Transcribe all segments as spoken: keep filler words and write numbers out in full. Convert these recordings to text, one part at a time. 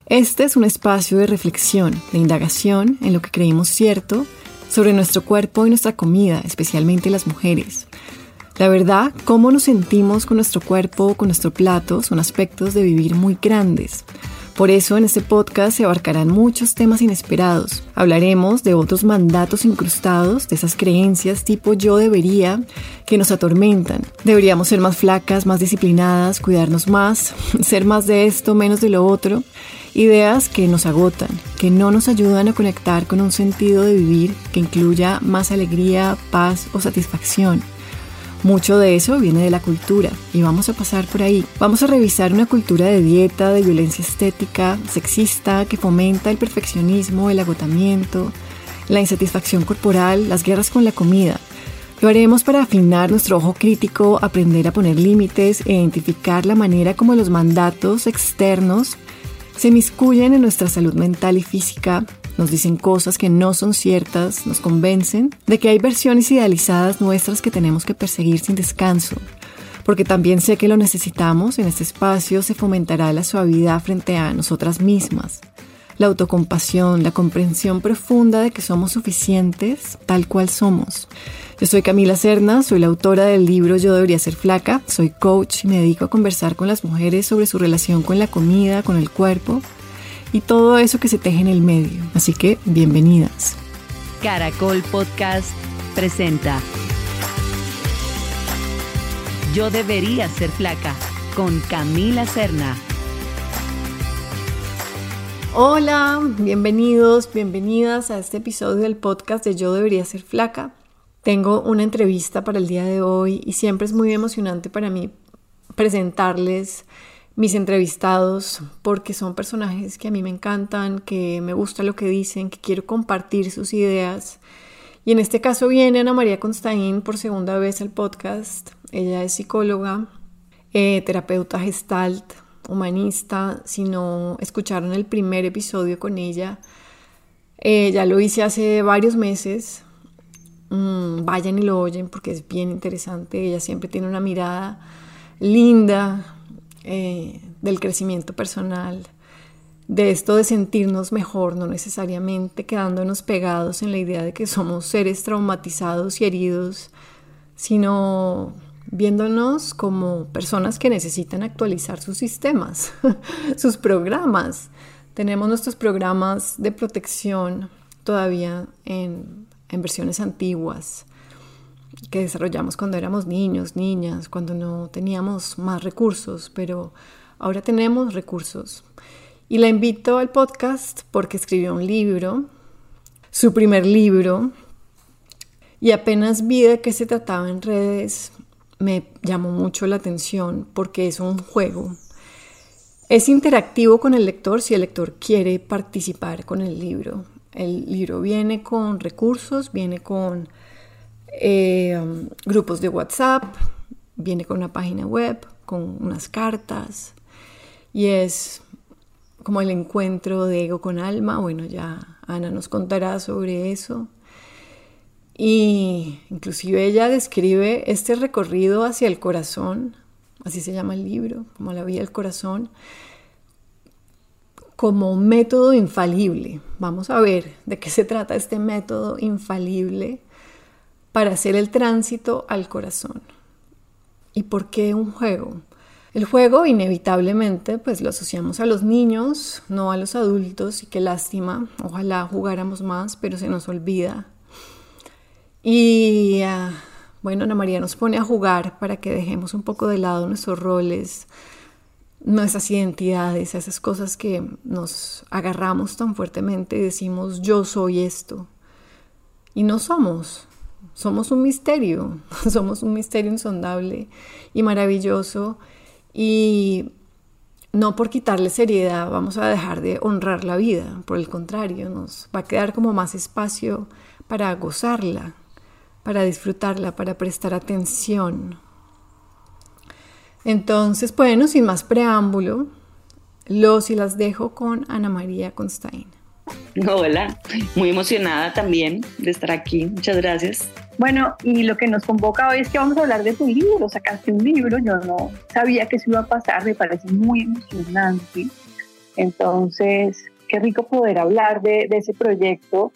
Este es un espacio de reflexión, de indagación en lo que creímos cierto sobre nuestro cuerpo y nuestra comida, especialmente las mujeres. La verdad, cómo nos sentimos con nuestro cuerpo o con nuestro plato son aspectos de vivir muy grandes. Por eso en este podcast se abarcarán muchos temas inesperados. Hablaremos de otros mandatos incrustados, de esas creencias tipo yo debería que nos atormentan. Deberíamos ser más flacas, más disciplinadas, cuidarnos más, ser más de esto, menos de lo otro. Ideas que nos agotan, que no nos ayudan a conectar con un sentido de vivir que incluya más alegría, paz o satisfacción. Mucho de eso viene de la cultura y vamos a pasar por ahí. Vamos a revisar una cultura de dieta, de violencia estética, sexista, que fomenta el perfeccionismo, el agotamiento, la insatisfacción corporal, las guerras con la comida. Lo haremos para afinar nuestro ojo crítico, aprender a poner límites e identificar la manera como los mandatos externos se inmiscuyen en nuestra salud mental y física. Nos dicen cosas que no son ciertas, nos convencen de que hay versiones idealizadas nuestras que tenemos que perseguir sin descanso. Porque también sé que lo necesitamos, en este espacio se fomentará la suavidad frente a nosotras mismas, la autocompasión, la comprensión profunda de que somos suficientes tal cual somos. Yo soy Camila Serna, soy la autora del libro Yo debería ser flaca, soy coach y me dedico a conversar con las mujeres sobre su relación con la comida, con el cuerpo y todo eso que se teje en el medio. Así que, bienvenidas. Caracol Podcast presenta Yo debería ser flaca, con Camila Serna. Hola, bienvenidos, bienvenidas a este episodio del podcast de Yo debería ser flaca. Tengo una entrevista para el día de hoy y siempre es muy emocionante para mí presentarles mis entrevistados porque son personajes que a mí me encantan, que me gusta lo que dicen, que quiero compartir sus ideas. Y en este caso viene Ana María Constaín por segunda vez al podcast. Ella es psicóloga, eh, terapeuta gestalt, humanista. Si no escucharon el primer episodio con ella, eh, ya lo hice hace varios meses. Mm, vayan y lo oyen porque es bien interesante. Ella siempre tiene una mirada linda, Eh, del crecimiento personal, de esto de sentirnos mejor, no necesariamente quedándonos pegados en la idea de que somos seres traumatizados y heridos, sino viéndonos como personas que necesitan actualizar sus sistemas, sus programas. Tenemos nuestros programas de protección todavía en, en versiones antiguas, que desarrollamos cuando éramos niños, niñas, cuando no teníamos más recursos, pero ahora tenemos recursos. Y la invito al podcast porque escribió un libro, su primer libro, y apenas vi de qué se trataba en redes, me llamó mucho la atención porque es un juego. Es interactivo con el lector si el lector quiere participar con el libro. El libro viene con recursos, viene con Eh, um, grupos de WhatsApp, viene con una página web, con unas cartas y es como el encuentro de ego con alma. Bueno, ya Ana nos contará sobre eso y inclusive ella describe este recorrido hacia el corazón, así se llama el libro, como la vía del corazón, como un método infalible. Vamos a ver de qué se trata este método infalible para hacer el tránsito al corazón. ¿Y por qué un juego? El juego inevitablemente pues lo asociamos a los niños, no a los adultos, y qué lástima, ojalá jugáramos más, pero se nos olvida. Y uh, bueno, Ana María nos pone a jugar para que dejemos un poco de lado nuestros roles, nuestras identidades, esas cosas que nos agarramos tan fuertemente y decimos yo soy esto, y no somos. Somos un misterio, somos un misterio insondable y maravilloso, y no por quitarle seriedad vamos a dejar de honrar la vida, por el contrario, nos va a quedar como más espacio para gozarla, para disfrutarla, para prestar atención. Entonces, bueno, sin más preámbulo, los y las dejo con Ana María Constaín. Hola, muy emocionada también de estar aquí, muchas gracias. Bueno, y lo que nos convoca hoy es que vamos a hablar de tu libro. Sacaste un libro, yo no sabía que eso iba a pasar, me parece muy emocionante. Entonces, qué rico poder hablar de, de ese proyecto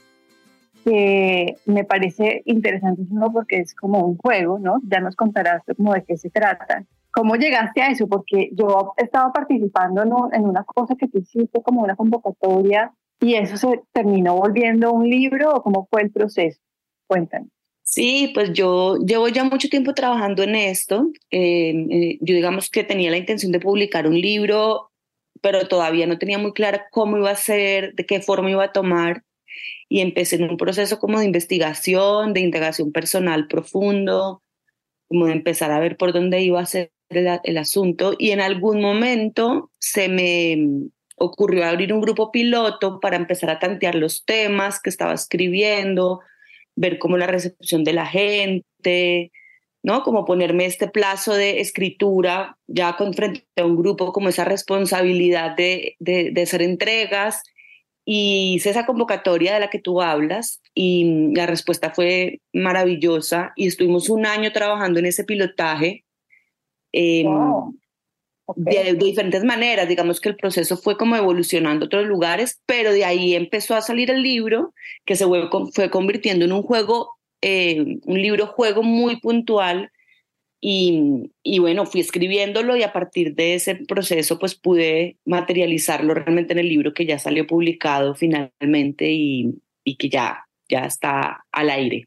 que me parece interesantísimo porque es como un juego, ¿no? Ya nos contarás como de qué se trata. ¿Cómo llegaste a eso? Porque yo estaba participando en, un, en una cosa que tú hiciste como una convocatoria y eso se terminó volviendo un libro, ¿o cómo fue el proceso? Cuéntanos. Sí, pues yo llevo ya mucho tiempo trabajando en esto. Eh, eh, yo digamos que tenía la intención de publicar un libro, pero todavía no tenía muy clara cómo iba a ser, de qué forma iba a tomar. Y empecé en un proceso como de investigación, de indagación personal profundo, como de empezar a ver por dónde iba a ser el, el asunto. Y en algún momento se me ocurrió abrir un grupo piloto para empezar a tantear los temas que estaba escribiendo, ver cómo la recepción de la gente, ¿no? Como ponerme este plazo de escritura ya con frente a un grupo, como esa responsabilidad de, de, de hacer entregas. Y hice esa convocatoria de la que tú hablas y la respuesta fue maravillosa y estuvimos un año trabajando en ese pilotaje. Eh, Wow. Okay. de, de diferentes maneras, digamos que el proceso fue como evolucionando a otros lugares, pero de ahí empezó a salir el libro que se fue, fue convirtiendo en un juego, eh, un libro juego muy puntual. Y, y bueno, fui escribiéndolo y a partir de ese proceso pues pude materializarlo realmente en el libro que ya salió publicado finalmente y, y que ya, ya está al aire.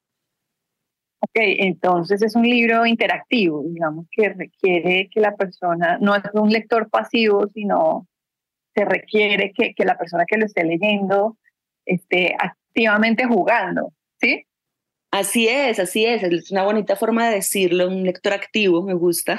Ok, entonces es un libro interactivo, digamos que requiere que la persona, no es un lector pasivo, sino se requiere que, que la persona que lo esté leyendo esté activamente jugando, ¿sí? Así es, así es, es una bonita forma de decirlo, un lector activo, me gusta,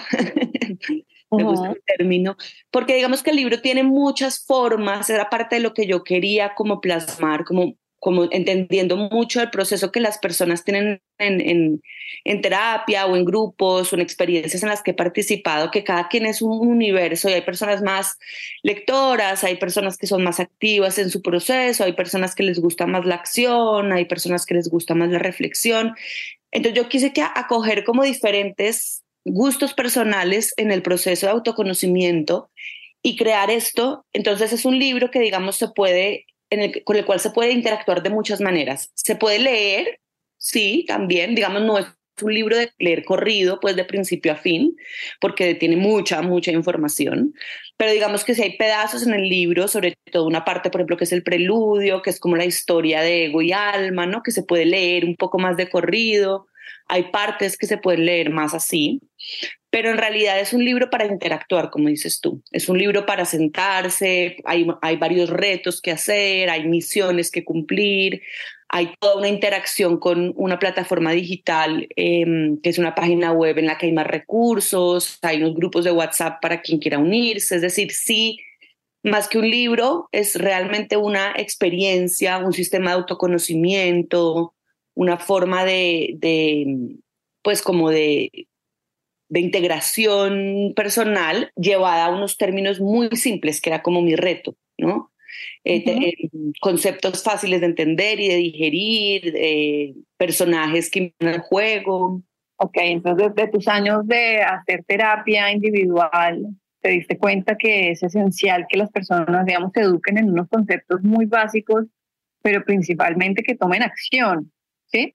me Uh-huh. gusta el término, porque digamos que el libro tiene muchas formas, era parte de lo que yo quería como plasmar, como, como entendiendo mucho el proceso que las personas tienen en, en, en terapia o en grupos o en experiencias en las que he participado, que cada quien es un universo y hay personas más lectoras, hay personas que son más activas en su proceso, hay personas que les gusta más la acción, hay personas que les gusta más la reflexión. Entonces yo quise que acoger como diferentes gustos personales en el proceso de autoconocimiento y crear esto. Entonces es un libro que digamos se puede, en el, con el cual se puede interactuar de muchas maneras. Se puede leer, sí, también, digamos, no es un libro de leer corrido, pues de principio a fin, porque tiene mucha, mucha información, pero digamos que si hay pedazos en el libro, sobre todo una parte, por ejemplo, que es el preludio, que es como la historia de ego y alma, ¿no? Que se puede leer un poco más de corrido, hay partes que se pueden leer más así, pero en realidad es un libro para interactuar, como dices tú, es un libro para sentarse, hay, hay varios retos que hacer, hay misiones que cumplir, hay toda una interacción con una plataforma digital eh, que es una página web en la que hay más recursos, hay unos grupos de WhatsApp para quien quiera unirse, es decir, sí, más que un libro, es realmente una experiencia, un sistema de autoconocimiento, una forma de, de pues como de, de integración personal llevada a unos términos muy simples, que era como mi reto, ¿no? Eh, Uh-huh. eh, conceptos fáciles de entender y de digerir, eh, personajes que invitan al juego. Ok, entonces de tus años de hacer terapia individual, te diste cuenta que es esencial que las personas, digamos, se eduquen en unos conceptos muy básicos, pero principalmente que tomen acción, ¿sí?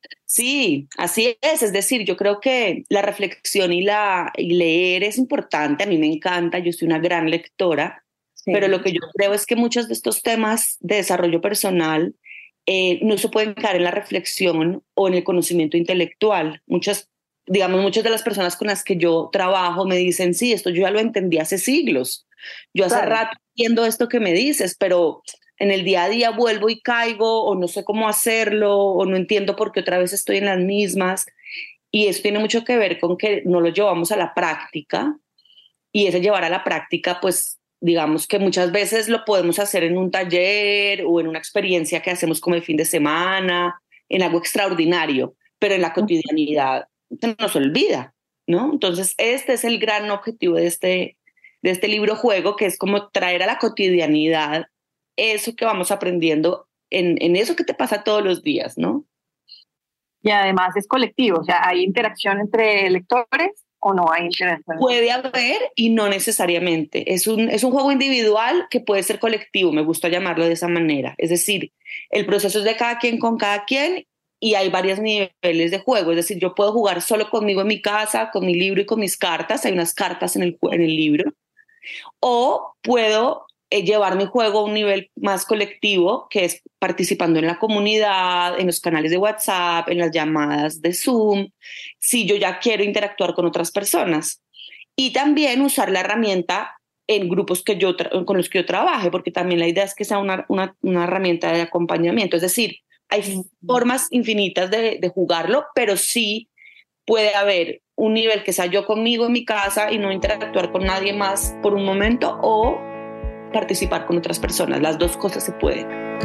Sí, así es. Es decir, yo creo que la reflexión y, la, y leer es importante. A mí me encanta, yo soy una gran lectora, Sí. pero lo que yo creo es que muchos de estos temas de desarrollo personal eh, no se pueden caer en la reflexión o en el conocimiento intelectual. Muchas, digamos, muchas de las personas con las que yo trabajo me dicen, sí, esto yo ya lo entendí hace siglos. Yo hace Claro. rato entiendo esto que me dices, pero en el día a día vuelvo y caigo o no sé cómo hacerlo o no entiendo por qué otra vez estoy en las mismas. Y eso tiene mucho que ver con que no lo llevamos a la práctica y ese llevar a la práctica, pues digamos que muchas veces lo podemos hacer en un taller o en una experiencia que hacemos como el fin de semana, en algo extraordinario, pero en la cotidianidad se nos olvida, ¿no? Entonces este es el gran objetivo de este, de este libro juego, que es como traer a la cotidianidad eso que vamos aprendiendo en, en eso que te pasa todos los días, ¿no? Y además es colectivo, o sea, hay interacción entre lectores ¿O no hay interacción? Puede haber y no necesariamente. Es un, es un juego individual que puede ser colectivo, me gusta llamarlo de esa manera. Es decir, el proceso es de cada quien con cada quien y hay varios niveles de juego. Es decir, yo puedo jugar solo conmigo en mi casa, con mi libro y con mis cartas. Hay unas cartas en el, en el libro. O puedo eh, llevar mi juego a un nivel más colectivo, que es participando en la comunidad, en los canales de WhatsApp, en las llamadas de Zoom, si yo ya quiero interactuar con otras personas. Y también usar la herramienta en grupos que yo tra- con los que yo trabaje, porque también la idea es que sea una, una, una herramienta de acompañamiento. Es decir, hay formas infinitas de, de jugarlo, pero sí puede haber un nivel que sea yo conmigo en mi casa y no interactuar con nadie más por un momento, o participar con otras personas. Las dos cosas se pueden.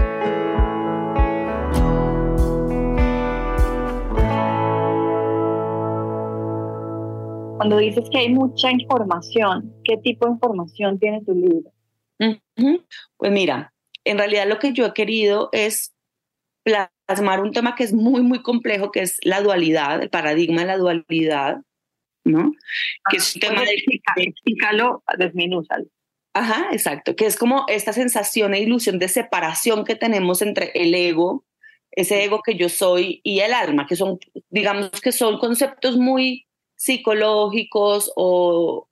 Cuando dices que hay mucha información, ¿qué tipo de información tiene tu libro? Uh-huh. Pues mira, en realidad lo que yo he querido es plasmar un tema que es muy, muy complejo, que es la dualidad, el paradigma de la dualidad, ¿no? Ah, que es un tema de... Explícalo, desminúzalo. Ajá, exacto, que es como esta sensación e ilusión de separación que tenemos entre el ego, ese ego que yo soy, y el alma, que son, digamos que son conceptos muy psicológicos o,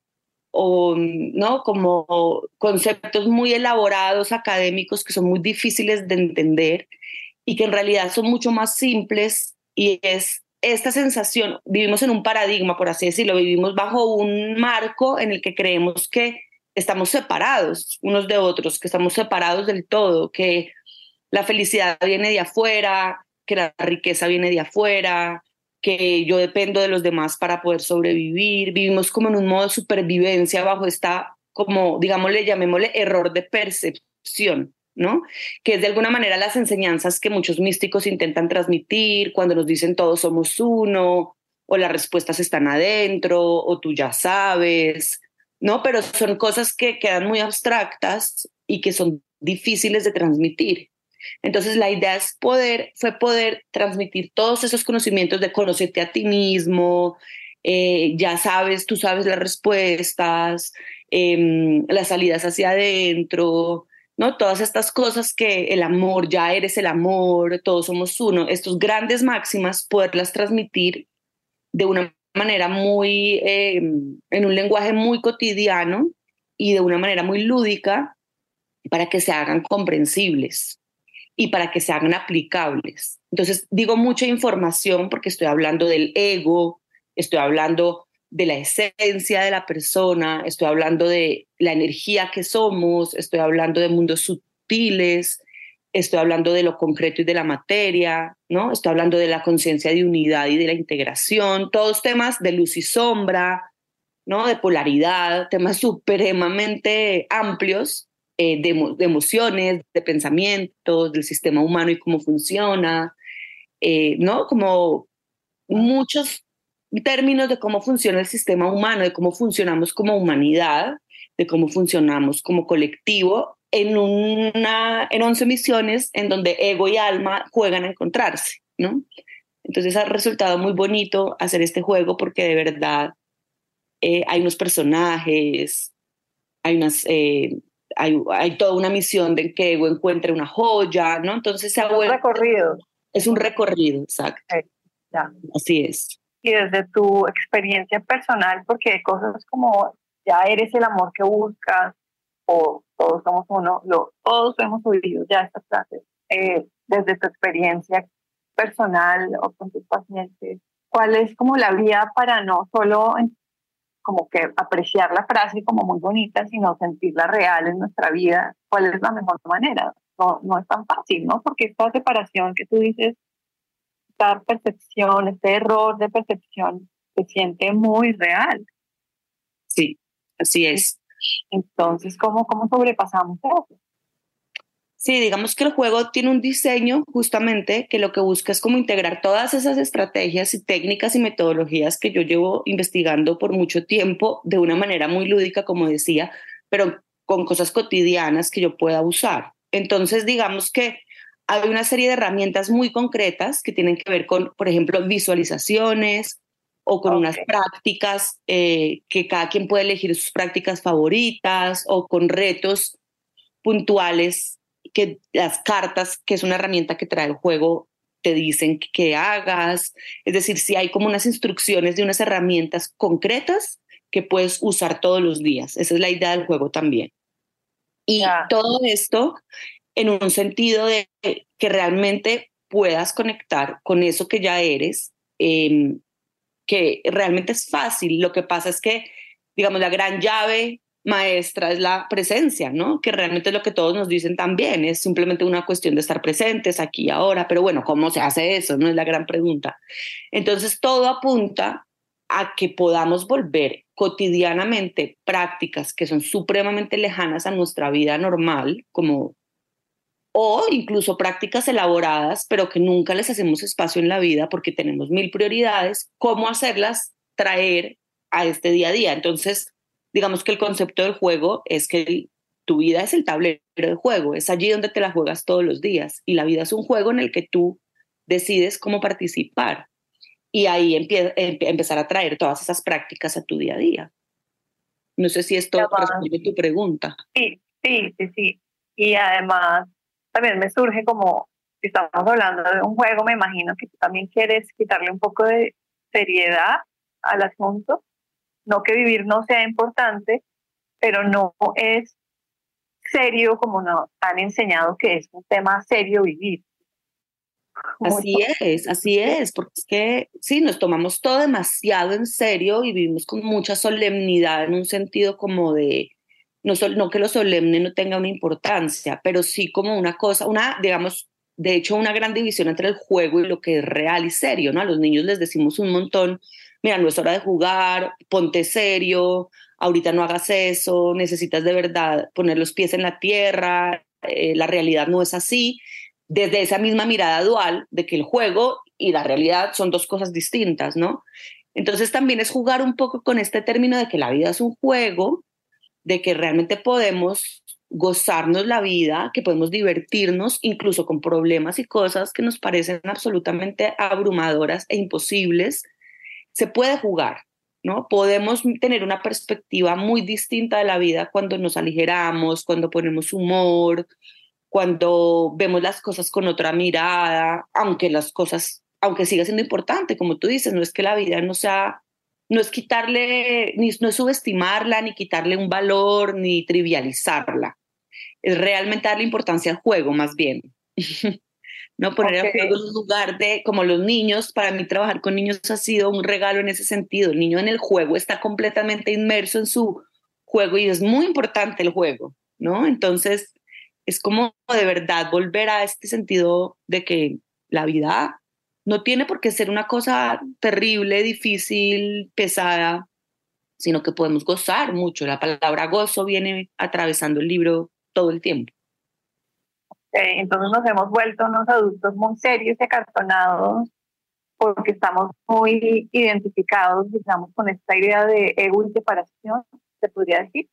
o no, como conceptos muy elaborados, académicos, que son muy difíciles de entender y que en realidad son mucho más simples, y es esta sensación, vivimos en un paradigma, por así decirlo, vivimos bajo un marco en el que creemos que estamos separados unos de otros, que estamos separados del todo, que la felicidad viene de afuera, que la riqueza viene de afuera, que yo dependo de los demás para poder sobrevivir. Vivimos como en un modo de supervivencia bajo esta, como, digámosle, llamémosle error de percepción, ¿no? Que es de alguna manera las enseñanzas que muchos místicos intentan transmitir cuando nos dicen todos somos uno, o las respuestas están adentro, o tú ya sabes, ¿no? Pero son cosas que quedan muy abstractas y que son difíciles de transmitir. Entonces la idea es poder, fue poder transmitir todos esos conocimientos de conocerte a ti mismo, eh, ya sabes, tú sabes las respuestas, eh, las salidas hacia adentro, ¿no? Todas estas cosas, que el amor, ya eres el amor, todos somos uno, estos grandes máximas, poderlas transmitir de una manera muy, eh, en un lenguaje muy cotidiano y de una manera muy lúdica, para que se hagan comprensibles y para que se hagan aplicables. Entonces digo mucha información porque estoy hablando del ego, estoy hablando de la esencia de la persona, estoy hablando de la energía que somos, estoy hablando de mundos sutiles, estoy hablando de lo concreto y de la materia, ¿no? Estoy hablando de la conciencia de unidad y de la integración, todos temas de luz y sombra, ¿no? De polaridad, temas supremamente amplios, eh, de, de emociones, de pensamientos, del sistema humano y cómo funciona, eh, ¿no? Como muchos términos de cómo funciona el sistema humano, de cómo funcionamos como humanidad, de cómo funcionamos como colectivo, en una, en once misiones en donde ego y alma juegan a encontrarse, ¿no? Entonces ha resultado muy bonito hacer este juego porque de verdad eh, hay unos personajes, hay unas... Eh, hay, hay toda una misión de que ego encuentre una joya, ¿no? Entonces se ha vuelto... Un recorrido. Es un recorrido, exacto. Sí, ya. Así es. Y desde tu experiencia personal, porque cosas como ya eres el amor que buscas, o todos somos uno, lo, todos hemos oído ya estas frases, eh, desde tu experiencia personal o con tus pacientes, ¿cuál es como la vía para no solo en, como que apreciar la frase como muy bonita, sino sentirla real en nuestra vida? ¿Cuál es la mejor manera? No, no es tan fácil, ¿no? Porque esta separación que tú dices, esta percepción, este error de percepción, se siente muy real. Sí, así es. Entonces, ¿cómo, cómo sobrepasamos eso? Sí, digamos que el juego tiene un diseño justamente que lo que busca es como integrar todas esas estrategias y técnicas y metodologías que yo llevo investigando por mucho tiempo de una manera muy lúdica, como decía, pero con cosas cotidianas que yo pueda usar. Entonces, digamos que hay una serie de herramientas muy concretas que tienen que ver con, por ejemplo, visualizaciones, o con Okay. unas prácticas eh, que cada quien puede elegir sus prácticas favoritas, o con retos puntuales que las cartas, que es una herramienta que trae el juego, te dicen que, que hagas. Es decir, si hay como unas instrucciones de unas herramientas concretas que puedes usar todos los días. Esa es la idea del juego también. Y Ya. todo esto en un sentido de que realmente puedas conectar con eso que ya eres, eh, que realmente es fácil. Lo que pasa es que, digamos, la gran llave maestra es la presencia, ¿no? Que realmente es lo que todos nos dicen también, es simplemente una cuestión de estar presentes aquí y ahora, pero bueno, ¿cómo se hace eso? No es la gran pregunta. Entonces, todo apunta a que podamos volver cotidianamente prácticas que son supremamente lejanas a nuestra vida normal, como o incluso prácticas elaboradas, pero que nunca les hacemos espacio en la vida porque tenemos mil prioridades, cómo hacerlas traer a este día a día. Entonces, digamos que el concepto del juego es que el, tu vida es el tablero de juego, es allí donde te la juegas todos los días, y la vida es un juego en el que tú decides cómo participar, y ahí empie- em- empezar a traer todas esas prácticas a tu día a día. No sé si esto Además, responde tu pregunta. sí, sí, sí, sí. Y además, también me surge como, si estamos hablando de un juego, me imagino que tú también quieres quitarle un poco de seriedad al asunto. No que vivir no sea importante, pero no es serio como nos han enseñado que es un tema serio vivir. Así Mucho. es, así es, porque es que sí, nos tomamos todo demasiado en serio y vivimos con mucha solemnidad en un sentido como de, no, sol, no que lo solemne no tenga una importancia, pero sí como una cosa, una, digamos, de hecho una gran división entre el juego y lo que es real y serio, ¿no? A los niños les decimos un montón, mira, no es hora de jugar, ponte serio, ahorita no hagas eso, necesitas de verdad poner los pies en la tierra, eh, la realidad no es así, desde esa misma mirada dual de que el juego y la realidad son dos cosas distintas, ¿no? Entonces también es jugar un poco con este término de que la vida es un juego, de que realmente podemos gozarnos la vida, que podemos divertirnos incluso con problemas y cosas que nos parecen absolutamente abrumadoras e imposibles. Se puede jugar, ¿no? Podemos tener una perspectiva muy distinta de la vida cuando nos aligeramos, cuando ponemos humor, cuando vemos las cosas con otra mirada, aunque las cosas, aunque siga siendo importante, como tú dices, no es que la vida no sea, no es quitarle, ni, no es subestimarla, ni quitarle un valor, ni trivializarla. Es realmente darle importancia al juego, más bien. No poner el Okay. juego en un lugar de, como los niños, para mí trabajar con niños ha sido un regalo en ese sentido. El niño en el juego está completamente inmerso en su juego y es muy importante el juego, ¿no? Entonces, es como de verdad volver a este sentido de que la vida no tiene por qué ser una cosa terrible, difícil, pesada, sino que podemos gozar mucho. La palabra gozo viene atravesando el libro todo el tiempo. Eh, entonces nos hemos vuelto unos adultos muy serios y acartonados porque estamos muy identificados, digamos, con esta idea de ego y separación, se podría decir.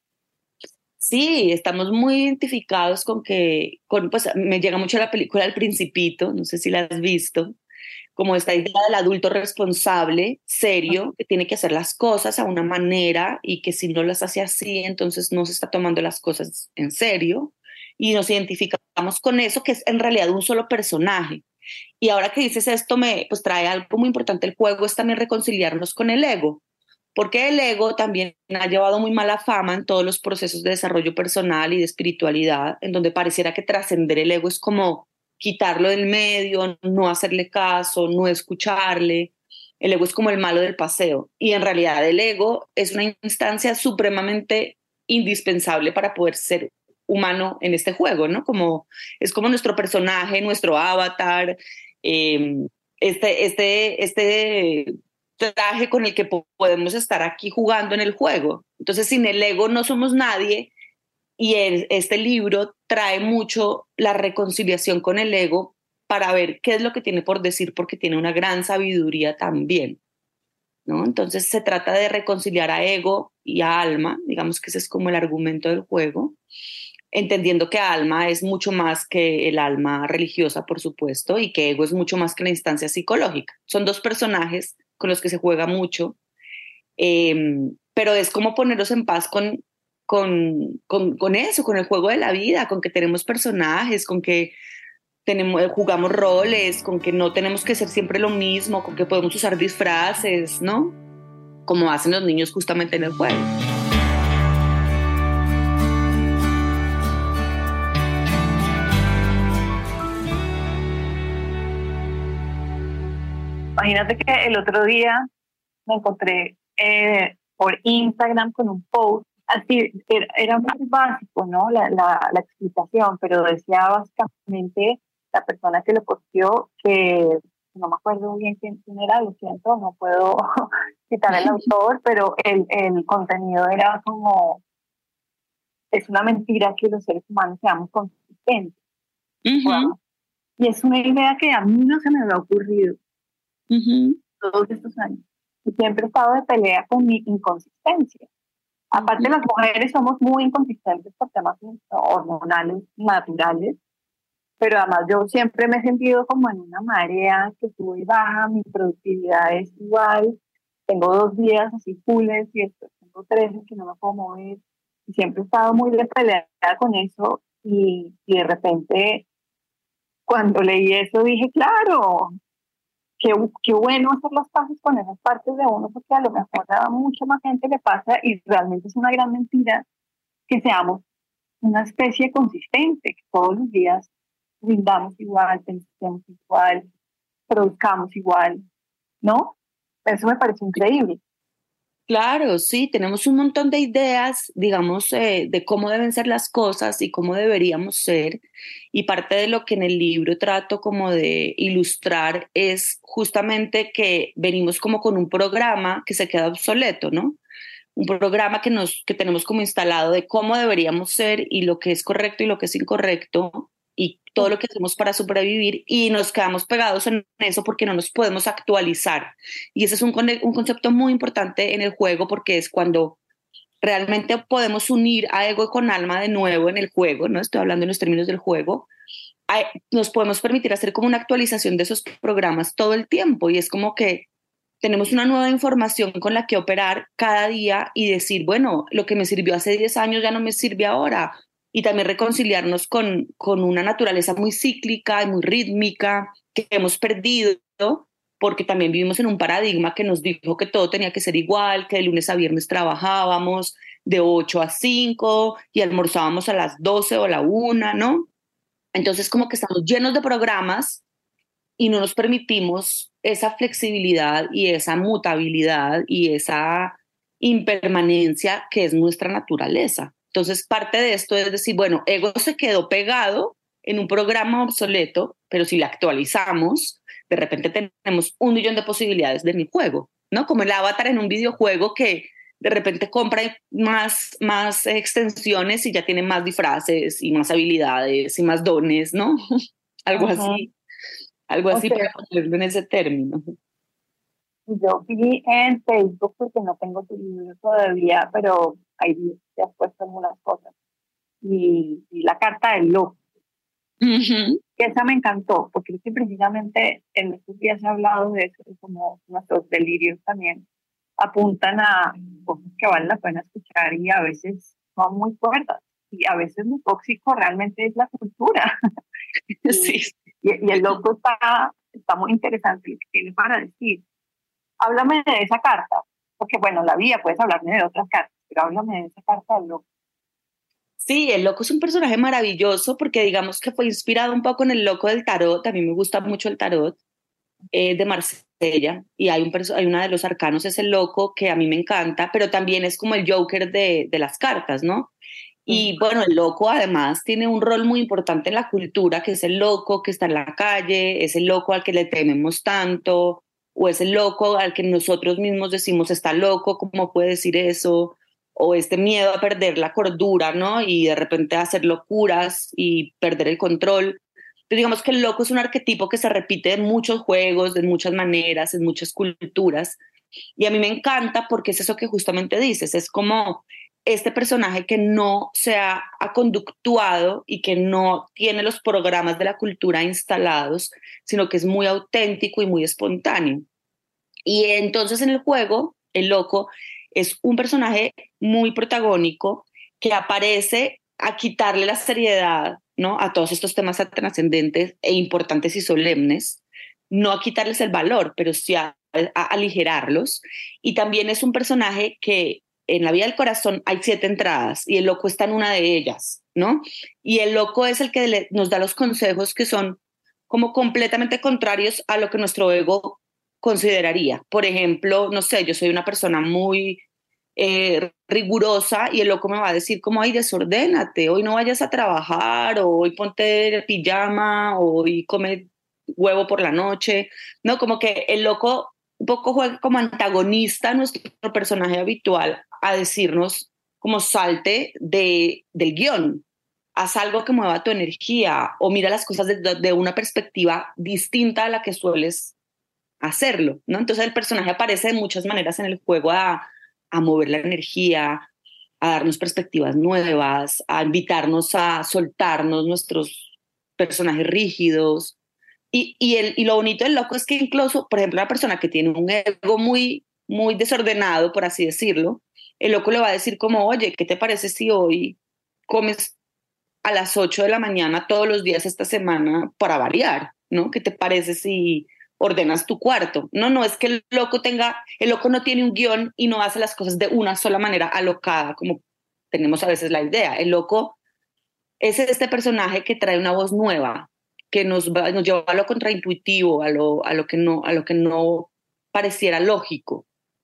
Sí, estamos muy identificados con que, con, pues me llega mucho la película El Principito, no sé si la has visto, como esta idea del adulto responsable, serio, que tiene que hacer las cosas a una manera y que si no las hace así, entonces no se está tomando las cosas en serio, y nos identificamos con eso, que es en realidad un solo personaje. Y ahora que dices esto, me pues trae algo muy importante el juego, es también reconciliarnos con el ego, porque el ego también ha llevado muy mala fama en todos los procesos de desarrollo personal y de espiritualidad, en donde pareciera que trascender el ego es como quitarlo del medio, no hacerle caso, no escucharle. El ego es como el malo del paseo, y en realidad el ego es una instancia supremamente indispensable para poder ser humano en este juego, ¿no? Como, es como nuestro personaje, nuestro avatar, eh, este, este, este traje con el que po- podemos estar aquí jugando en el juego. Entonces, sin el ego no somos nadie, y el, este libro trae mucho la reconciliación con el ego para ver qué es lo que tiene por decir, porque tiene una gran sabiduría también, ¿no? Entonces se trata de reconciliar a ego y a alma, digamos que ese es como el argumento del juego, entendiendo que alma es mucho más que el alma religiosa, por supuesto, y que ego es mucho más que la instancia psicológica. Son dos personajes con los que se juega mucho, eh, pero es como ponernos en paz con, con, con, con eso, con el juego de la vida, con que tenemos personajes, con que tenemos, jugamos roles, con que no tenemos que ser siempre lo mismo, con que podemos usar disfraces, ¿no? Como hacen los niños justamente en el juego. Imagínate que el otro día me encontré eh, por Instagram con un post, así, era, era muy básico, ¿no? La, la, la explicación, pero decía básicamente la persona que lo posteó, que no me acuerdo bien quién, quién era, lo siento, no puedo citar el autor, pero el, el contenido era como, es una mentira que los seres humanos seamos consistentes. Uh-huh. Wow. Y es una idea que a mí no se me había ocurrido uh-huh. todos estos años. Y siempre he estado de pelea con mi inconsistencia. Aparte, uh-huh. las mujeres somos muy inconsistentes por temas hormonales, naturales, pero además yo siempre me he sentido como en una marea que sube y baja, mi productividad es igual, tengo dos días así fulles y después tengo tres en que no me puedo mover, y siempre he estado muy de pelea con eso, y, y de repente, cuando leí eso dije, claro, Qué, qué bueno hacer las paces con esas partes de uno, porque a lo mejor a mucha más gente le pasa y realmente es una gran mentira que seamos una especie consistente, que todos los días rindamos igual, pensemos igual, produzcamos igual, ¿no? Eso me parece increíble. Claro, sí, tenemos un montón de ideas, digamos, eh, de cómo deben ser las cosas y cómo deberíamos ser, y parte de lo que en el libro trato como de ilustrar es justamente que venimos como con un programa que se queda obsoleto, ¿no? Un programa que, nos, que tenemos como instalado de cómo deberíamos ser y lo que es correcto y lo que es incorrecto, y todo lo que hacemos para sobrevivir, y nos quedamos pegados en eso porque no nos podemos actualizar. Y ese es un, un concepto muy importante en el juego, porque es cuando realmente podemos unir a ego con alma de nuevo en el juego, ¿no? Estoy hablando en los términos del juego. Nos podemos permitir hacer como una actualización de esos programas todo el tiempo, y es como que tenemos una nueva información con la que operar cada día y decir, bueno, lo que me sirvió hace diez años ya no me sirve ahora. Y también reconciliarnos con, con una naturaleza muy cíclica y muy rítmica que hemos perdido, porque también vivimos en un paradigma que nos dijo que todo tenía que ser igual, que de lunes a viernes trabajábamos de ocho a cinco y almorzábamos a las doce o a la una, ¿no? Entonces como que estamos llenos de programas y no nos permitimos esa flexibilidad y esa mutabilidad y esa impermanencia que es nuestra naturaleza. Entonces, parte de esto es decir, bueno, ego se quedó pegado en un programa obsoleto, pero si lo actualizamos, de repente tenemos un millón de posibilidades de mi juego, ¿no? Como el avatar en un videojuego que de repente compra más, más extensiones y ya tiene más disfraces y más habilidades y más dones, ¿no? Algo uh-huh. así, algo así okay. Para ponerlo en ese término. Yo vi en Facebook, porque no tengo tu libro todavía, pero ahí te has puesto algunas cosas. Y, y la carta del loco. Uh-huh. Esa me encantó, porque es que precisamente en estos días he hablado de eso, como nuestros delirios también apuntan a cosas que valen la pena escuchar y a veces son muy fuertes. Y a veces lo tóxico realmente es la cultura. Sí. Y, y el loco está, está muy interesante lo que tiene para decir. Háblame de esa carta, porque bueno, la vida, puedes hablarme de otras cartas, pero háblame de esa carta del loco. Sí, el loco es un personaje maravilloso porque digamos que fue inspirado un poco en el loco del tarot. A mí me gusta mucho el tarot eh, de Marsella, y hay, un perso- hay una de los arcanos, es el loco, que a mí me encanta, pero también es como el Joker de, de las cartas, ¿no? Y bueno, el loco además tiene un rol muy importante en la cultura, que es el loco que está en la calle, es el loco al que le tememos tanto, o es el loco al que nosotros mismos decimos está loco, ¿cómo puede decir eso? O este miedo a perder la cordura, ¿no? Y de repente hacer locuras y perder el control. Entonces digamos que el loco es un arquetipo que se repite en muchos juegos, de muchas maneras, en muchas culturas. Y a mí me encanta porque es eso que justamente dices, es como este personaje que no se ha, ha conductuado y que no tiene los programas de la cultura instalados, sino que es muy auténtico y muy espontáneo. Y entonces en el juego, el loco es un personaje muy protagónico que aparece a quitarle la seriedad, ¿no?, a todos estos temas trascendentes e importantes y solemnes, no a quitarles el valor, pero sí a, a aligerarlos. Y también es un personaje que en la vida del corazón hay siete entradas y el loco está en una de ellas, ¿no? Y el loco es el que le, nos da los consejos que son como completamente contrarios a lo que nuestro ego consideraría. Por ejemplo, no sé, yo soy una persona muy eh, rigurosa y el loco me va a decir como, ay, desordénate, hoy no vayas a trabajar, o hoy ponte pijama, o hoy come huevo por la noche, ¿no? Como que el loco un poco juega como antagonista a nuestro personaje habitual a decirnos como salte de, del guión, haz algo que mueva tu energía o mira las cosas de, de una perspectiva distinta a la que sueles hacerlo, ¿no? Entonces el personaje aparece de muchas maneras en el juego a, a mover la energía, a darnos perspectivas nuevas, a invitarnos a soltarnos nuestros personajes rígidos. Y, y, el, y lo bonito del loco es que incluso, por ejemplo, una persona que tiene un ego muy, muy desordenado, por así decirlo, el loco le va a decir como, oye, ¿qué te parece si hoy comes a las ocho de la mañana todos los días esta semana para variar, ¿no? ¿Qué te parece si ordenas tu cuarto? No, no es que el loco tenga, el loco no tiene un guión y no hace las cosas de una sola manera alocada, como tenemos a veces la idea. El loco es este personaje que trae una voz nueva, que nos, va, nos lleva a lo contraintuitivo, a lo, a lo que no, a lo que no pareciera lógico.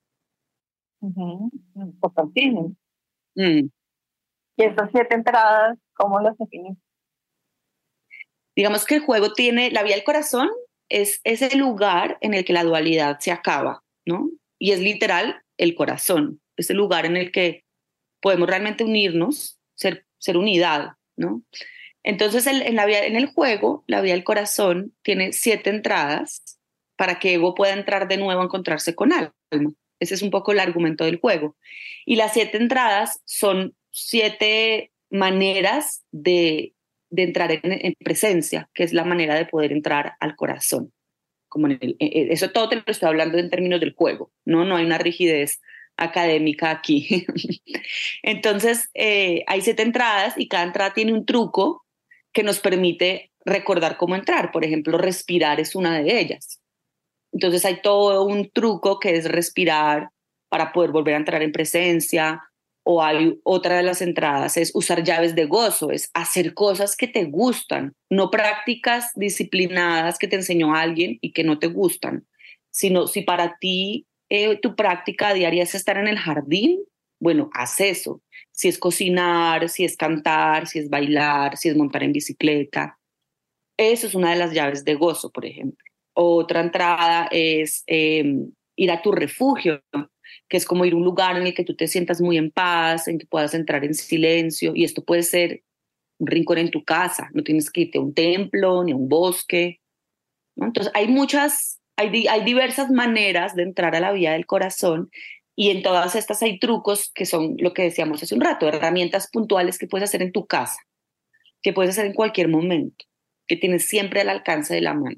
Uh-huh. Totalmente. Mm. Y estas siete entradas, ¿cómo las defines? Digamos que el juego tiene, la vía del corazón es ese lugar en el que la dualidad se acaba, ¿no? Y es literal el corazón, ese lugar en el que podemos realmente unirnos, ser, ser unidad, ¿no? Entonces el, en, la vía, en el juego, la vía del corazón tiene siete entradas para que Ego pueda entrar de nuevo a encontrarse con Alma. Ese es un poco el argumento del juego. Y las siete entradas son siete maneras de, de entrar en, en presencia, que es la manera de poder entrar al corazón. Como en el, eso todo te lo estoy hablando en términos del juego, ¿no? No hay una rigidez académica aquí. Entonces, eh, hay siete entradas y cada entrada tiene un truco que nos permite recordar cómo entrar. Por ejemplo, respirar es una de ellas. Entonces hay todo un truco que es respirar para poder volver a entrar en presencia, o hay otra de las entradas, es usar llaves de gozo, es hacer cosas que te gustan, no prácticas disciplinadas que te enseñó alguien y que no te gustan, sino si para ti eh, tu práctica diaria es estar en el jardín, bueno, haz eso. Si es cocinar, si es cantar, si es bailar, si es montar en bicicleta. Eso es una de las llaves de gozo, por ejemplo. Otra entrada es eh, ir a tu refugio, que es como ir a un lugar en el que tú te sientas muy en paz, en que puedas entrar en silencio, y esto puede ser un rincón en tu casa, no tienes que irte a un templo ni a un bosque, ¿no? Entonces hay muchas, hay, hay diversas maneras de entrar a la vía del corazón, y en todas estas hay trucos que son lo que decíamos hace un rato, herramientas puntuales que puedes hacer en tu casa, que puedes hacer en cualquier momento, que tienes siempre al alcance de la mano.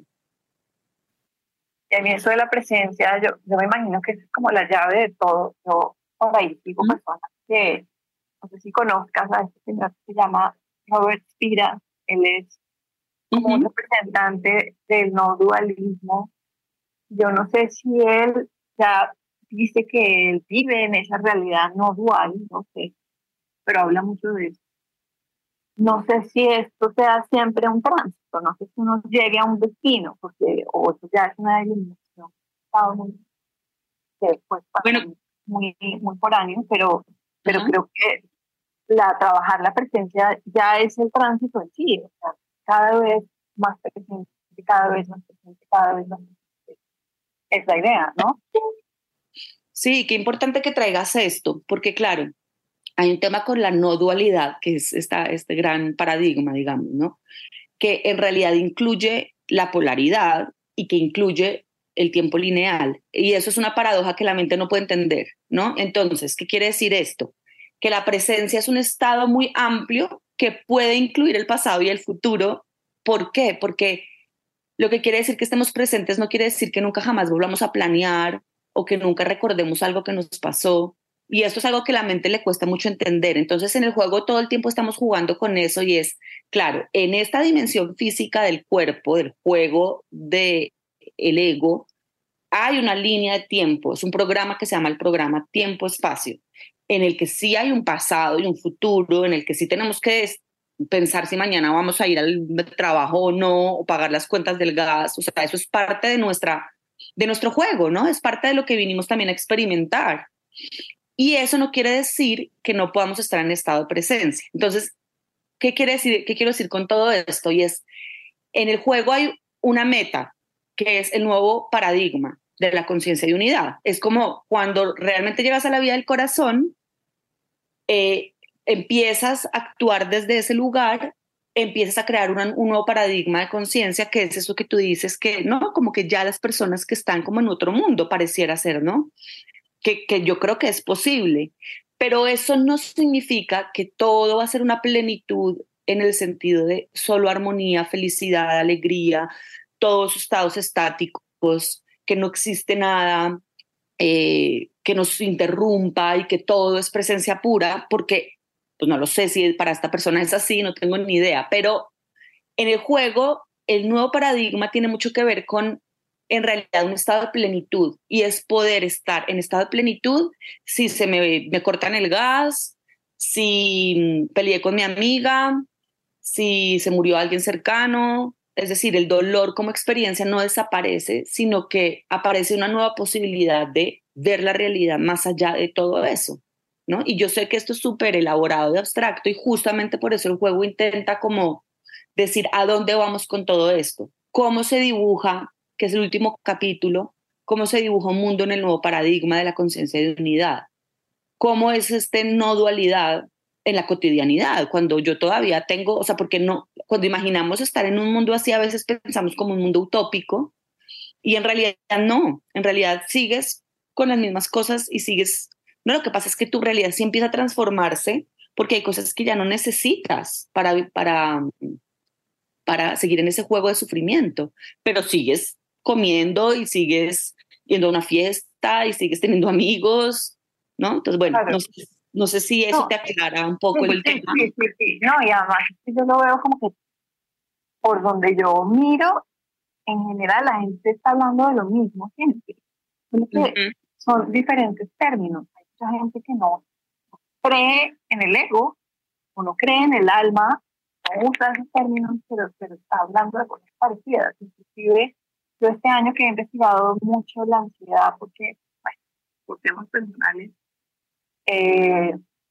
Y a mí eso de la presencia, yo, yo me imagino que es como la llave de todo. Yo por ahí digo ¿Mm? personas que, no sé si conozcas a este señor que se llama Robert Spira, él es como uh-huh. un representante del no dualismo. Yo no sé si él ya dice que él vive en esa realidad no dual, no sé, pero habla mucho de eso. No sé si esto sea siempre un tránsito, no sé si uno llegue a un destino, porque o eso ya es una eliminación que pues bueno, muy, muy foráneo, pero, pero uh-huh. creo que la, trabajar la presencia ya es el tránsito en sí, o sea, cada vez más presente, cada vez más presente, cada vez más presente. Es la idea, ¿no? Sí, qué importante que traigas esto, porque claro, hay un tema con la no dualidad, que es esta, este gran paradigma, digamos, ¿no? Que en realidad incluye la polaridad y que incluye el tiempo lineal. Y eso es una paradoja que la mente no puede entender, ¿no? Entonces, ¿qué quiere decir esto? Que la presencia es un estado muy amplio que puede incluir el pasado y el futuro. ¿Por qué? Porque lo que quiere decir que estemos presentes no quiere decir que nunca jamás volvamos a planear o que nunca recordemos algo que nos pasó. Y esto es algo que a la mente le cuesta mucho entender. Entonces en el juego todo el tiempo estamos jugando con eso y es, claro, en esta dimensión física del cuerpo, del juego del ego, hay una línea de tiempo, es un programa que se llama el programa tiempo-espacio, en el que sí hay un pasado y un futuro, en el que sí tenemos que pensar si mañana vamos a ir al trabajo o no, o pagar las cuentas del gas. O sea, eso es parte de, nuestra, de nuestro juego, ¿no? Es parte de lo que vinimos también a experimentar. Y eso no quiere decir que no podamos estar en estado de presencia. Entonces, ¿qué quiere decir, qué quiero decir con todo esto? Y es, en el juego hay una meta, que es el nuevo paradigma de la conciencia de unidad. Es como cuando realmente llegas a la vida del corazón, eh, empiezas a actuar desde ese lugar, empiezas a crear una, un nuevo paradigma de conciencia, que es eso que tú dices, que no, como que ya las personas que están como en otro mundo pareciera ser, ¿no? Que, que yo creo que es posible, pero eso no significa que todo va a ser una plenitud en el sentido de solo armonía, felicidad, alegría, todos estados estáticos, que no existe nada eh, que nos interrumpa y que todo es presencia pura, porque pues no lo sé si para esta persona es así, no tengo ni idea, pero en el juego el nuevo paradigma tiene mucho que ver con, en realidad, un estado de plenitud, y es poder estar en estado de plenitud si se me, me cortan el gas, si peleé con mi amiga, si se murió alguien cercano. Es decir, el dolor como experiencia no desaparece, sino que aparece una nueva posibilidad de ver la realidad más allá de todo eso, ¿no? Y yo sé que esto es súper elaborado y abstracto, y justamente por eso el juego intenta como decir a dónde vamos con todo esto, cómo se dibuja, que es el último capítulo, cómo se dibuja un mundo en el nuevo paradigma de la conciencia de unidad, cómo es este no dualidad en la cotidianidad, cuando yo todavía tengo, o sea, porque no, cuando imaginamos estar en un mundo así, a veces pensamos como un mundo utópico, y en realidad no, en realidad sigues con las mismas cosas y sigues, no, lo que pasa es que tu realidad sí empieza a transformarse, porque hay cosas que ya no necesitas para, para, para seguir en ese juego de sufrimiento, pero sigues comiendo y sigues yendo a una fiesta y sigues teniendo amigos, ¿no? Entonces, bueno, Claro. no sé, no sé si eso No. te aclara un poco Sí, el sí, tema. sí, sí, sí. No, y además yo lo veo como que por donde yo miro, en general la gente está hablando de lo mismo siempre. Solo que Uh-huh. son diferentes términos. Hay mucha gente que no cree en el ego, o no cree en el alma, no usa esos términos, pero, pero está hablando de cosas parecidas. Inclusive, yo este año que he investigado mucho la ansiedad, porque, bueno, por temas personales, eh,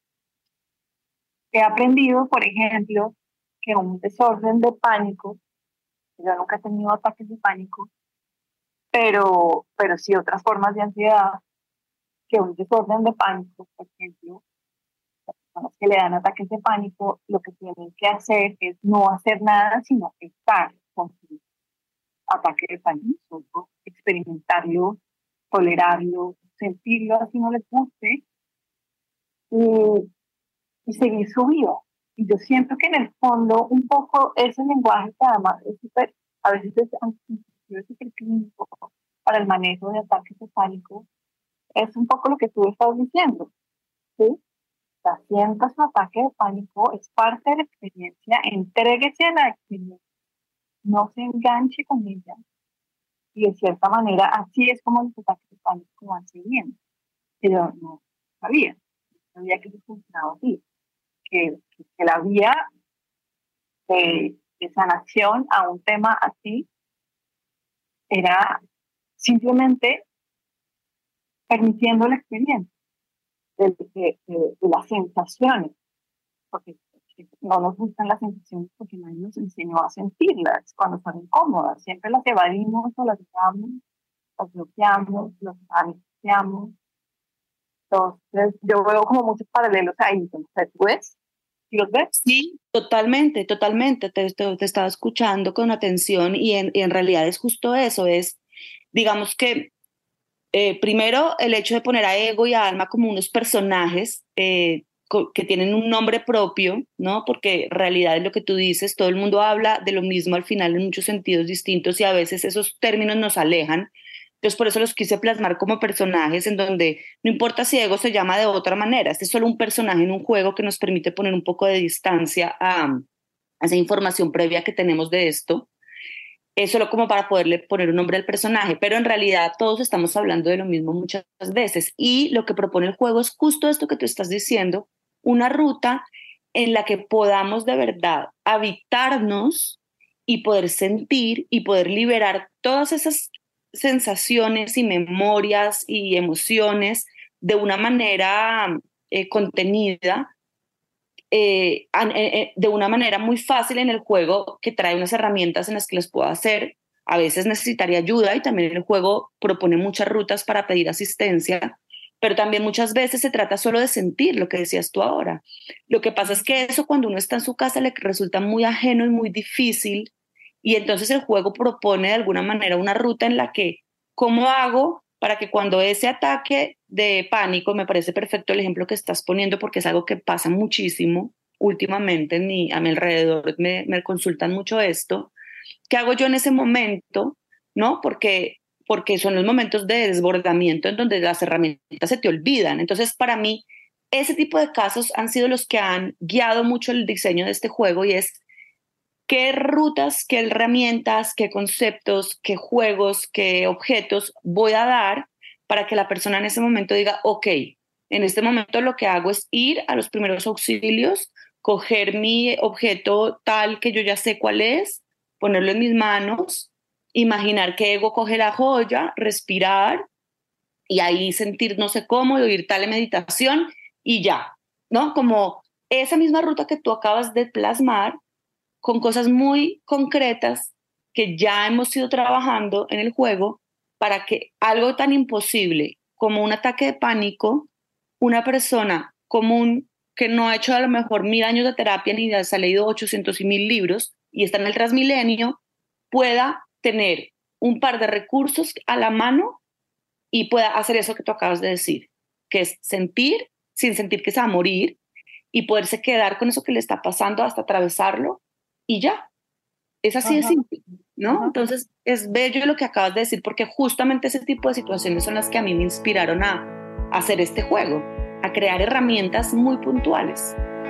he aprendido, por ejemplo, que un desorden de pánico, yo nunca he tenido ataques de pánico, pero, pero sí otras formas de ansiedad, que un desorden de pánico, por ejemplo, las personas que le dan ataques de pánico, lo que tienen que hacer es no hacer nada, sino estar con su ataque de pánico, experimentarlo, tolerarlo, sentirlo, así no les guste, y, y seguir su vida. Y yo siento que en el fondo un poco ese lenguaje que además es súper, a veces es súper clínico para el manejo de ataques de pánico, es un poco lo que tú estás diciendo, ¿sí? O sea, sienta su ataque de pánico, es parte de la experiencia, entréguese a la experiencia, no se enganche con ella. Y de cierta manera, así es como los ataques de pánico van siguiendo. Pero no sabía, no sabía que eso funcionaba así. Que, que, que la vía de, de sanación a un tema así era simplemente permitiendo la experiencia de, de, de, de las sensaciones, porque no nos gustan las sensaciones porque nadie nos enseñó a sentirlas cuando son incómodas, siempre las evadimos o las dejamos, las bloqueamos, las anestesiamos. Entonces yo veo como muchos paralelos ahí. Entonces, ¿ves? ¿Sí los ves? Sí, totalmente, totalmente. Te, te, te estaba escuchando con atención y en, y en realidad es justo eso. Es, digamos que, eh, primero, el hecho de poner a ego y a alma como unos personajes eh, co- que tienen un nombre propio, ¿no? Porque en realidad es lo que tú dices, todo el mundo habla de lo mismo al final en muchos sentidos distintos y a veces esos términos nos alejan. Entonces por eso los quise plasmar como personajes en donde no importa si Ego se llama de otra manera, este es solo un personaje en un juego que nos permite poner un poco de distancia a, a esa información previa que tenemos de esto. Es solo como para poderle poner un nombre al personaje, pero en realidad todos estamos hablando de lo mismo muchas veces. Y lo que propone el juego es justo esto que tú estás diciendo, una ruta en la que podamos de verdad habitarnos y poder sentir y poder liberar todas esas sensaciones y memorias y emociones de una manera eh, contenida, Eh, eh, de una manera muy fácil en el juego, que trae unas herramientas en las que las puedo hacer. A veces necesitaría ayuda y también el juego propone muchas rutas para pedir asistencia, pero también muchas veces se trata solo de sentir lo que decías tú ahora. Lo que pasa es que eso cuando uno está en su casa le resulta muy ajeno y muy difícil, y entonces el juego propone de alguna manera una ruta en la que, ¿cómo hago para que cuando ese ataque de pánico, me parece perfecto el ejemplo que estás poniendo porque es algo que pasa muchísimo últimamente en mi, a mi alrededor, me, me consultan mucho esto, ¿qué hago yo en ese momento? ¿No? Porque, porque son los momentos de desbordamiento en donde las herramientas se te olvidan. Entonces, para mí, ese tipo de casos han sido los que han guiado mucho el diseño de este juego, y es qué rutas, qué herramientas, qué conceptos, qué juegos, qué objetos voy a dar para que la persona en ese momento diga, ok, en este momento lo que hago es ir a los primeros auxilios, coger mi objeto tal que yo ya sé cuál es, ponerlo en mis manos, imaginar que Ego coge la joya, respirar y ahí sentirnos cómodo, ir tal meditación y ya, ¿no? Como esa misma ruta que tú acabas de plasmar, con cosas muy concretas que ya hemos ido trabajando en el juego para que algo tan imposible como un ataque de pánico, una persona común que no ha hecho a lo mejor mil años de terapia ni se ha leído ochocientos y mil libros y está en el Transmilenio, pueda tener un par de recursos a la mano y pueda hacer eso que tú acabas de decir, que es sentir sin sentir que se va a morir y poderse quedar con eso que le está pasando hasta atravesarlo y ya. Es así de simple, ¿no? Ajá. Entonces es bello lo que acabas de decir porque justamente ese tipo de situaciones son las que a mí me inspiraron a, a hacer este juego, a crear herramientas muy puntuales.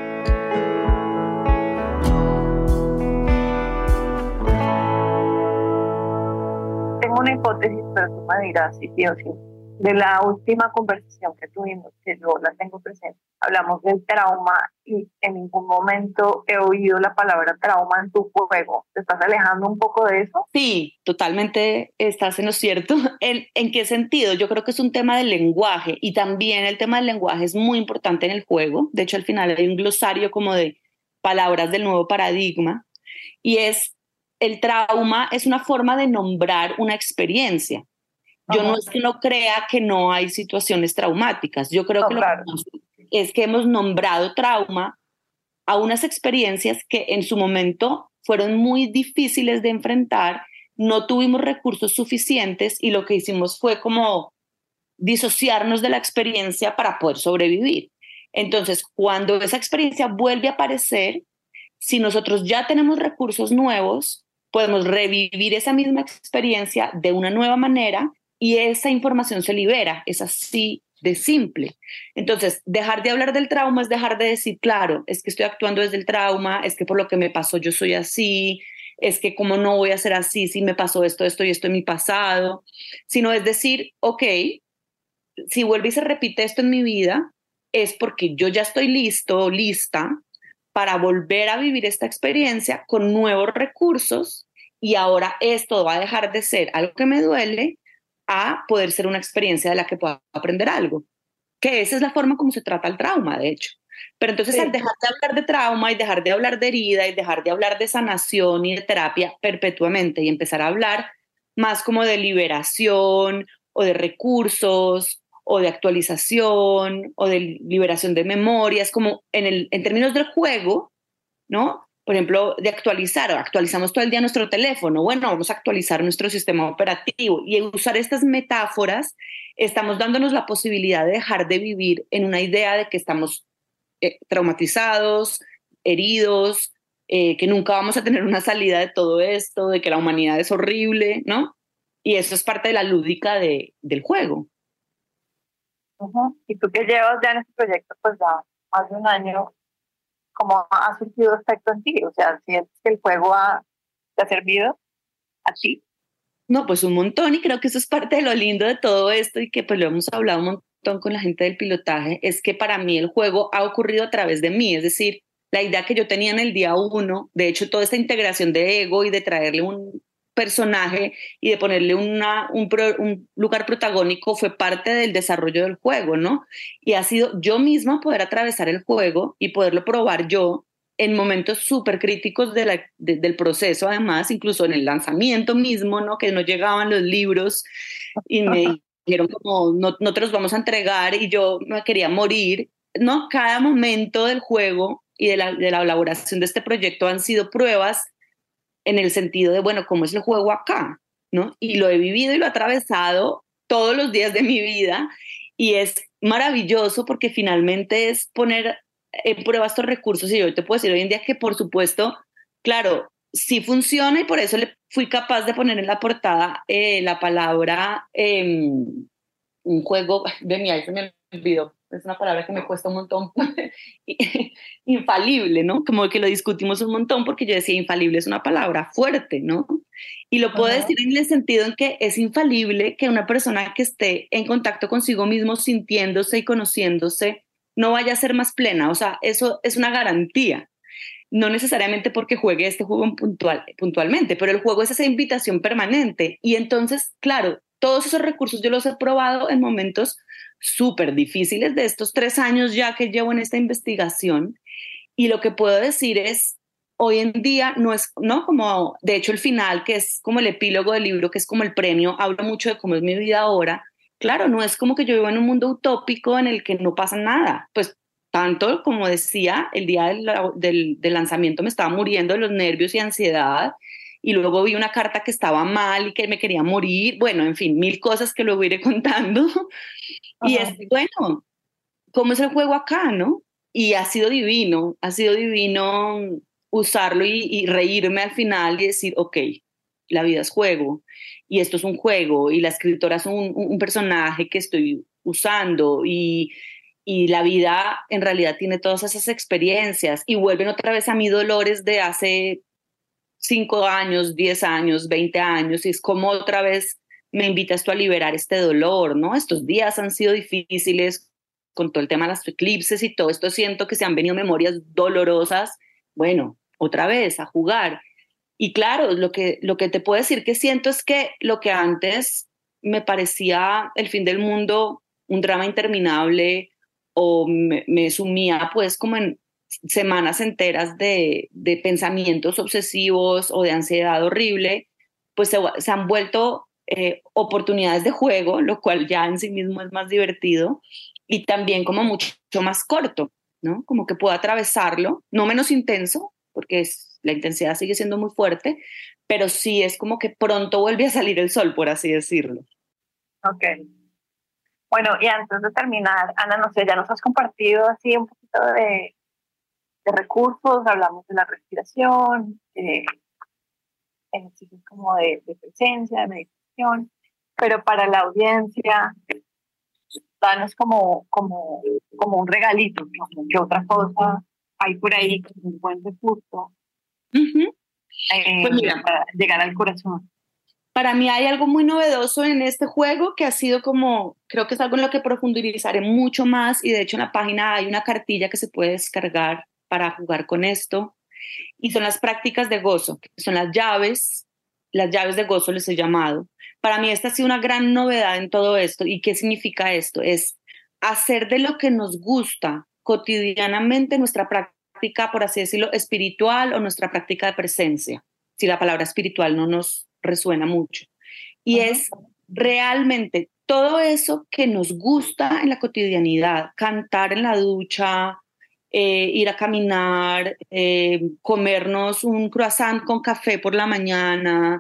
Tengo una hipótesis, pero tú me dirás si sí o sí. De la última conversación que tuvimos, que yo la tengo presente, hablamos del trauma y en ningún momento he oído la palabra trauma en tu juego. ¿Te estás alejando un poco de eso? Sí, totalmente estás en lo cierto. ¿En, en qué sentido? Yo creo que es un tema del lenguaje y también el tema del lenguaje es muy importante en el juego. De hecho, al final hay un glosario como de palabras del nuevo paradigma y es el trauma es una forma de nombrar una experiencia. Yo Ajá. no es que no crea que no hay situaciones traumáticas, yo creo no, que lo claro. que es que hemos nombrado trauma a unas experiencias que en su momento fueron muy difíciles de enfrentar, no tuvimos recursos suficientes y lo que hicimos fue como disociarnos de la experiencia para poder sobrevivir. Entonces, cuando esa experiencia vuelve a aparecer, si nosotros ya tenemos recursos nuevos, podemos revivir esa misma experiencia de una nueva manera y esa información se libera, es así de simple. Entonces, dejar de hablar del trauma es dejar de decir, claro, es que estoy actuando desde el trauma, es que por lo que me pasó yo soy así, es que cómo no voy a ser así si me pasó esto, esto y esto en mi pasado, sino es decir, ok, si vuelve y se repite esto en mi vida, es porque yo ya estoy listo, lista para volver a vivir esta experiencia con nuevos recursos y ahora esto va a dejar de ser algo que me duele a poder ser una experiencia de la que pueda aprender algo, que esa es la forma como se trata el trauma, de hecho. Pero entonces sí. Al dejar de hablar de trauma y dejar de hablar de herida y dejar de hablar de sanación y de terapia perpetuamente y empezar a hablar más como de liberación o de recursos o de actualización o de liberación de memorias, como en, el, en términos del juego, ¿no? Por ejemplo, de actualizar, actualizamos todo el día nuestro teléfono, bueno, vamos a actualizar nuestro sistema operativo y usar estas metáforas, estamos dándonos la posibilidad de dejar de vivir en una idea de que estamos eh, traumatizados, heridos, eh, que nunca vamos a tener una salida de todo esto, de que la humanidad es horrible, ¿no? y eso es parte de la lúdica de, del juego. Uh-huh. Y tú que llevas ya en este proyecto, pues ya más de un año, ¿cómo ha surgido efecto en ti? O sea, ¿sientes que el juego ha, te ha servido a ti? No, pues un montón, y creo que eso es parte de lo lindo de todo esto y que pues lo hemos hablado un montón con la gente del pilotaje, es que para mí el juego ha ocurrido a través de mí, es decir, la idea que yo tenía en el día uno, de hecho toda esta integración de ego y de traerle un personaje y de ponerle una, un, pro, un lugar protagónico fue parte del desarrollo del juego, ¿no? Y ha sido yo misma poder atravesar el juego y poderlo probar yo en momentos súper críticos de la, de, del proceso, además, incluso en el lanzamiento mismo, ¿no? Que no llegaban los libros y me dijeron como, no, no te los vamos a entregar y yo me quería morir, ¿no? Cada momento del juego y de la, de la elaboración de este proyecto han sido pruebas en el sentido de, bueno, ¿cómo es el juego acá? ¿No? Y lo he vivido y lo he atravesado todos los días de mi vida y es maravilloso porque finalmente es poner en prueba estos recursos y yo te puedo decir hoy en día que por supuesto, claro, sí funciona y por eso le fui capaz de poner en la portada eh, la palabra eh, un juego, de mi ahí se me olvidó, es una palabra que me cuesta un montón, infalible, ¿no? Como que lo discutimos un montón porque yo decía infalible es una palabra fuerte, ¿no? Y lo puedo uh-huh. decir en el sentido en que es infalible que una persona que esté en contacto consigo mismo, sintiéndose y conociéndose, no vaya a ser más plena, o sea, eso es una garantía. No necesariamente porque juegue este juego puntual, puntualmente, pero el juego es esa invitación permanente. Y entonces, claro, todos esos recursos yo los he probado en momentos súper difíciles de estos tres años ya que llevo en esta investigación. Y lo que puedo decir es, hoy en día no es, ¿no? Como, de hecho, el final, que es como el epílogo del libro, que es como el premio, habla mucho de cómo es mi vida ahora. Claro, no es como que yo vivo en un mundo utópico en el que no pasa nada. Pues tanto, como decía, el día del, del, del lanzamiento me estaba muriendo de los nervios y ansiedad. Y luego vi una carta que estaba mal y que me quería morir. Bueno, en fin, mil cosas que luego iré contando. Uh-huh. Y es, bueno, ¿cómo es el juego acá, no? Y ha sido divino, ha sido divino usarlo y, y reírme al final y decir, ok, la vida es juego y esto es un juego y la escritora es un, un personaje que estoy usando y, y la vida en realidad tiene todas esas experiencias y vuelven otra vez a mis dolores de hace cinco años, diez años, veinte años y es como otra vez me invitas tú a liberar este dolor, ¿no? Estos días han sido difíciles con todo el tema de las eclipses y todo esto, siento que se han venido memorias dolorosas, bueno, otra vez a jugar. Y claro, lo que, lo que te puedo decir que siento es que lo que antes me parecía el fin del mundo, un drama interminable, o me, me sumía pues como en semanas enteras de, de pensamientos obsesivos o de ansiedad horrible, pues se, se han vuelto eh, oportunidades de juego, lo cual ya en sí mismo es más divertido y también como mucho más corto, ¿no? Como que puedo atravesarlo, no menos intenso, porque es, la intensidad sigue siendo muy fuerte, pero sí es como que pronto vuelve a salir el sol, por así decirlo. Ok. Bueno, y antes de terminar, Ana, no sé, ya nos has compartido así un poquito de, de recursos, hablamos de la respiración, de ejercicios como de, de presencia, de meditación, pero para la audiencia, danos como, como, como un regalito, como que otra cosa hay por ahí, como un buen recurso, uh-huh. eh, pues mira, para llegar al corazón. Para mí hay algo muy novedoso en este juego que ha sido como, creo que es algo en lo que profundizaré mucho más y de hecho en la página hay una cartilla que se puede descargar para jugar con esto y son las prácticas de gozo, que son las llaves, las llaves de gozo les he llamado. Para mí esta ha sido una gran novedad en todo esto. ¿Y qué significa esto? Es hacer de lo que nos gusta cotidianamente nuestra práctica, por así decirlo, espiritual o nuestra práctica de presencia, si la palabra espiritual no nos resuena mucho. Y es realmente todo eso que nos gusta en la cotidianidad, cantar en la ducha, eh, ir a caminar, eh, comernos un croissant con café por la mañana,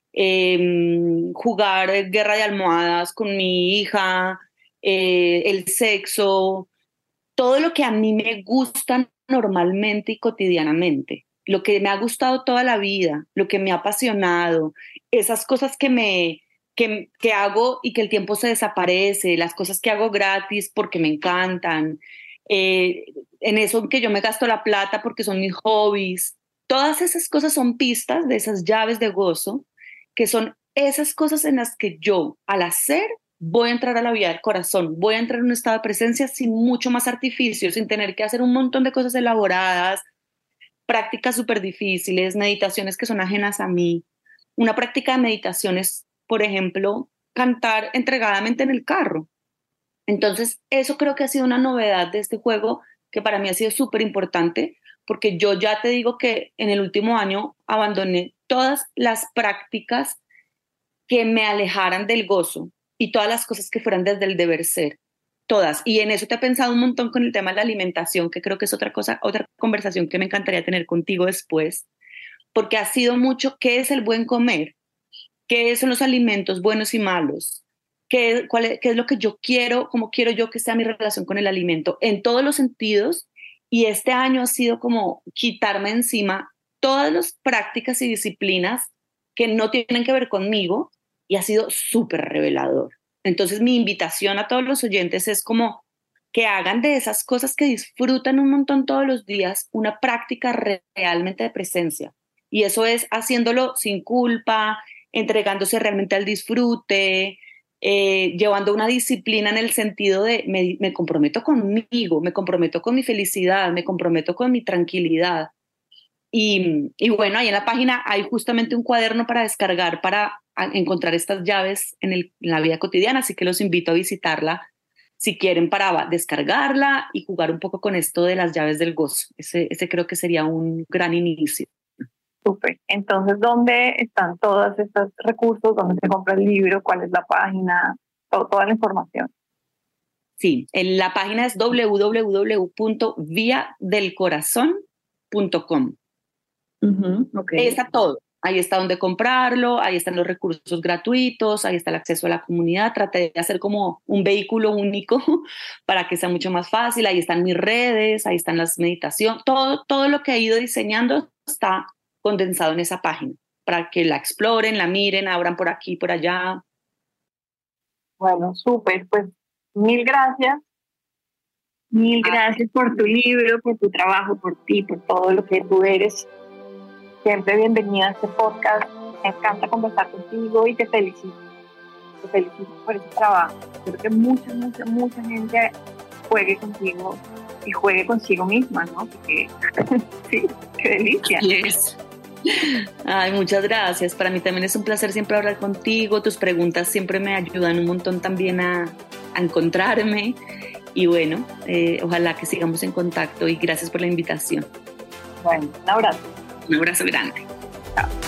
eh, jugar guerra de almohadas con mi hija, eh, el sexo, todo lo que a mí me gusta normalmente y cotidianamente, lo que me ha gustado toda la vida, lo que me ha apasionado, esas cosas que me, que, que hago y que el tiempo se desaparece, las cosas que hago gratis porque me encantan, eh, en eso que yo me gasto la plata porque son mis hobbies. Todas esas cosas son pistas de esas llaves de gozo, que son esas cosas en las que yo, al hacer, voy a entrar a la vía del corazón, voy a entrar en un estado de presencia sin mucho más artificio, sin tener que hacer un montón de cosas elaboradas, prácticas súper difíciles, meditaciones que son ajenas a mí. Una práctica de meditación es, por ejemplo, cantar entregadamente en el carro. Entonces, eso creo que ha sido una novedad de este juego que para mí ha sido súper importante, porque yo ya te digo que en el último año abandoné todas las prácticas que me alejaran del gozo y todas las cosas que fueran desde el deber ser, todas. Y en eso te he pensado un montón con el tema de la alimentación, que creo que es otra cosa, otra conversación que me encantaría tener contigo después, porque ha sido mucho qué es el buen comer, qué son los alimentos buenos y malos, qué, cuál es, qué es lo que yo quiero, cómo quiero yo que sea mi relación con el alimento, en todos los sentidos. Y este año ha sido como quitarme encima todas las prácticas y disciplinas que no tienen que ver conmigo, y ha sido súper revelador. Entonces mi invitación a todos los oyentes es como que hagan de esas cosas que disfrutan un montón todos los días una práctica re- realmente de presencia. Y eso es haciéndolo sin culpa, entregándose realmente al disfrute, eh, llevando una disciplina en el sentido de me, me comprometo conmigo, me comprometo con mi felicidad, me comprometo con mi tranquilidad. Y, y bueno, ahí en la página hay justamente un cuaderno para descargar para encontrar estas llaves en, el, en la vida cotidiana, así que los invito a visitarla si quieren para descargarla y jugar un poco con esto de las llaves del gozo. Ese, ese creo que sería un gran inicio. Súper. Entonces, ¿dónde están todos estos recursos? ¿Dónde se compra el libro? ¿Cuál es la página? Todo, toda la información. Sí, en la página es doble u doble u doble u punto vía del corazón punto com. Uh-huh, okay. Ahí está todo. Ahí está donde comprarlo, ahí están los recursos gratuitos, ahí está el acceso a la comunidad. Traté de hacer como un vehículo único para que sea mucho más fácil. Ahí están mis redes, ahí están las meditaciones. Todo, todo lo que he ido diseñando está condensado en esa página para que la exploren, la miren, abran por aquí, por allá. Bueno, súper. Pues mil gracias. Mil gracias por tu libro, por tu trabajo, por ti, por todo lo que tú eres. Siempre bienvenida a este podcast. Me encanta conversar contigo y te felicito. Te felicito por ese trabajo. Espero que mucha, mucha, mucha gente juegue contigo y juegue consigo misma, ¿no? Porque sí, qué delicia. Yes. Ay, muchas gracias. Para mí también es un placer siempre hablar contigo. Tus preguntas siempre me ayudan un montón también a, a encontrarme. Y bueno, eh, ojalá que sigamos en contacto y gracias por la invitación. Bueno, un abrazo. Un abrazo grande. Chao.